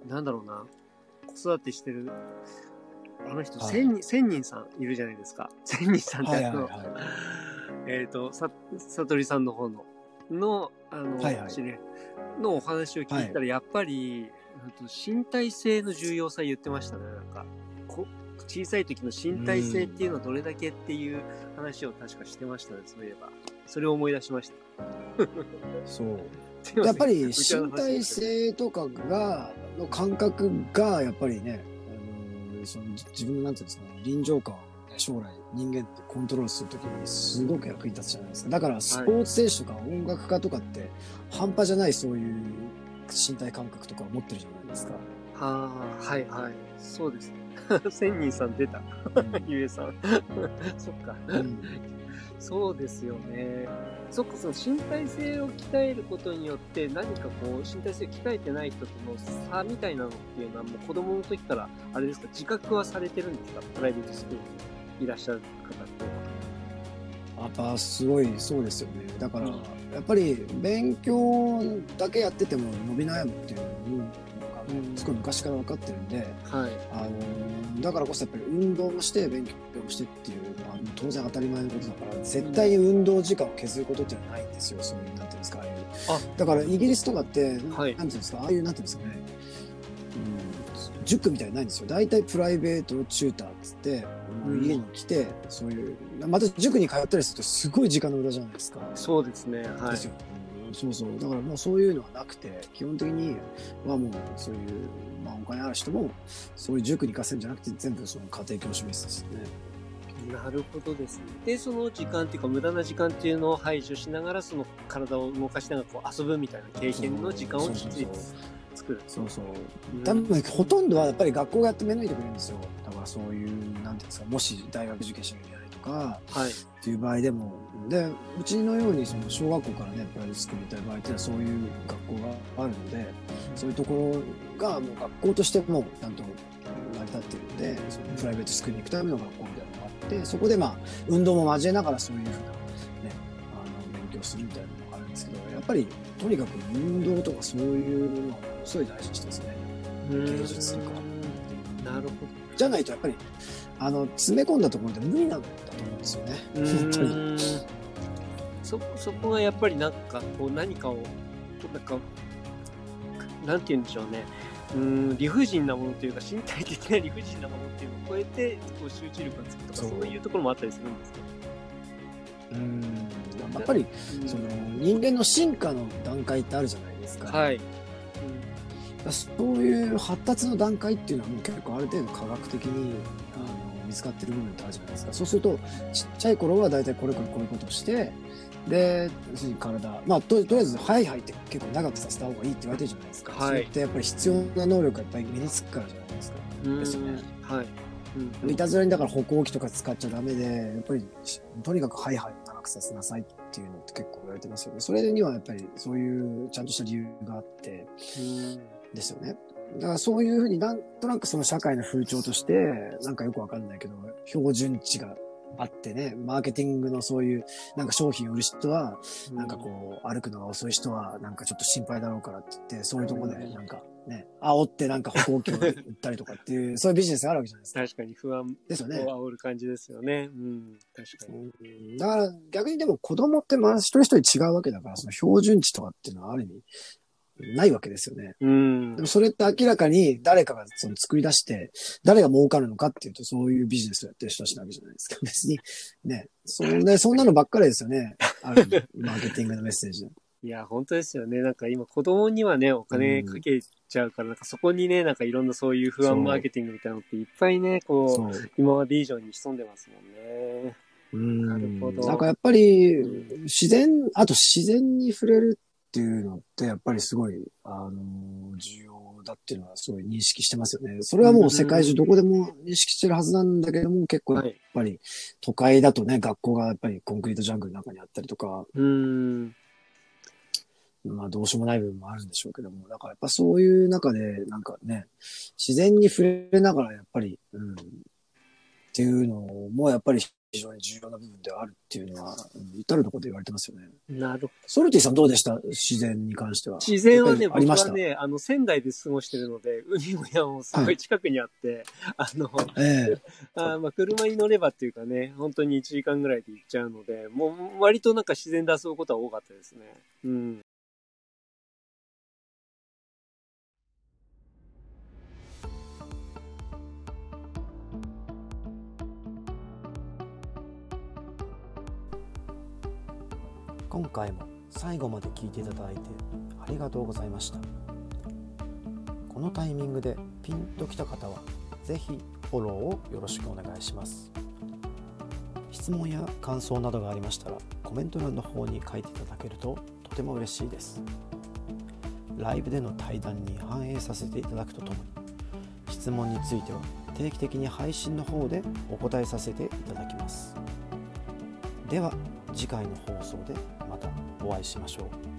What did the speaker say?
なんだろうな、子育てしてる、あの人、 はい千人さんいるじゃないですか。千人さんってさとりさんの方の、 はいはい。 のお話を聞いたら、 はい。 やっぱり、身体性の重要さ言ってましたね。なんか、小さい時の身体性っていうのはどれだけっていう話を確かしてましたね、そういえば。それを思い出しました。 そう。 すいません。 やっぱり内輪の身体話ですけど。 性とかの感覚が、やっぱりね、その自分のなんていうんですかね、臨場感を、ね、将来人間ってコントロールするときにすごく役に立つじゃないですか。だからスポーツ選手とか音楽家とかって半端じゃないそういう身体感覚とかを持ってるじゃないですか。 はいはい。そうです。千人さん出た。ゆえさん。そっか。そうですよね。そっか、その身体性を鍛えることによって何かこう身体性を鍛えてない人との差みたいなのっていうのはもう子供の時からあれですか、自覚はされてるんですか？プライベートスクールにいらっしゃる方っていうのは。 やっぱすごいそうですよね。だから、やっぱり勉強だけやってても伸び悩むっていうのが、すごい昔から分かってるんで、だからこそやっぱり運動もして勉強もしてっていうのは当然当たり前のことだから、絶対に運動時間を削ることっていうのはないんですよ。そういう、なんていうんですか、ああいう。だからイギリスとかって、なんていうんですか、ああいう、なんていうんですかね、塾みたいにないんですよ。大体プライベートチューターっつって、家に来て、そういう、また塾に通ったりするとすごい時間の無駄じゃないですか。 そうですね。はい。 ですよ。そうそう。だからもうそういうのはなくて、基本的にはもうそういう、まあお金ある人も、そういう塾に行かせるんじゃなくて、全部その家庭教師ベースですよね。 なるほどですね。で、その時間っていうか無駄な時間っていうのを排除しながら、その体を動かしながらこう遊ぶみたいな経験の時間をきっちり作る。 そうそう。多分ほとんどはやっぱり学校がやって目抜いてくれるんですよ。だからそういう、なんていうんですか、もし大学受験者がいないとか、っていう場合でも、で、うちのようにその小学校からね、プライベートスクールみたいな場合っていうのはそういう学校があるので、そういうところがもう学校としてもちゃんと成り立っているので、そのプライベートスクールに行くための学校みたいなのがあって、そこでまあ、運動も交えながらそういうふうな、ね、勉強するみたいなのがあるんですけど、やっぱりとにかく運動とかそういうのはすごい大事にしてますね。芸術とか。 なるほど。 じゃないとやっぱり詰め込んだところで無理なんだと思うんですよね。本当に。 そこがやっぱりなんかこう何かをなんかなんて言うんでしょうね。理不尽なものというか身体的な理不尽なものっていうのを超えてこう集中力がつくとかそういうところもあったりするんですか？ やっぱりその人間の進化の段階ってあるじゃないですか。 はい。 そういう発達の段階っていうのはもう結構ある程度科学的に見つかってる部分ってあるじゃないですか。そうするとちっちゃい頃は大体こういうことをしてで体とりあえずハイハイって結構長くさせた方がいいって言われてるじゃないですか。それってやっぱり必要な能力がいっぱい身につくからじゃないですか。ですよね。いたずらにだから歩行器とか使っちゃダメでやっぱりとにかくハイハイを長くさせなさいっていうのって結構言われてますよね。それにはやっぱりそういうちゃんとした理由があってですよね。だからそういうふうになんとなくその社会の風潮としてなんかよくわかんないけど標準値があってね、マーケティングのそういうなんか商品を売る人はなんかこう歩くのが遅い人はなんかちょっと心配だろうからって言ってそういうところでなんかね煽ってなんか歩行器を売ったりとかっていうそういうビジネスがあるわけじゃないですか。 確かに不安ですよね。 を煽る感じですよね。確かに。だから逆にでも子供って一人一人違うわけだからその標準値とかっていうのはある意味ないわけですよね。でもそれって明らかに誰かがその作り出して、誰が儲かるのかっていうと、そういうビジネスをやってる人たちなわけじゃないですか。別に、ね。そんなのばっかりですよね。あるマーケティングのメッセージ。 いや、本当ですよね。なんか今子供にはね、お金かけちゃうから、なんかそこにね、なんかいろんなそういう不安マーケティングみたいなのっていっぱいね、こう、今まで以上に潜んでますもんね。なるほど。 なんかやっぱり、あと自然に触れるっていうのってやっぱりすごい、重要だっていうのはすごい認識してますよね。それはもう世界中どこでも認識してるはずなんだけども、結構やっぱり都会だとね、学校がやっぱりコンクリートジャングルの中にあったりとか、まあどうしようもない部分もあるんでしょうけども、だからやっぱそういう中でなんかね、自然に触れながらやっぱり、っていうのもやっぱり非常に重要な部分であるっていうのは、至るところで言われてますよね。 なるほど。 ソルティさんどうでした？自然に関しては。 自然はね、僕ありました？ はね、仙台で過ごしてるので、海も山もすごい近くにあって、まあ、車に乗ればっていうかね、本当に1時間ぐらいで行っちゃうので、もう割となんか自然で遊ぶことは多かったですね。うん。 今回も最後まで聞いていただいてありがとうございました。このタイミングでピンときた方はぜひフォローをよろしくお願いします。質問や感想などがありましたらコメント欄の方に書いていただけるととても嬉しいです。ライブでの対談に反映させていただくとともに、質問については定期的に配信の方でお答えさせていただきます。では次回の放送でまたお会いしましょう。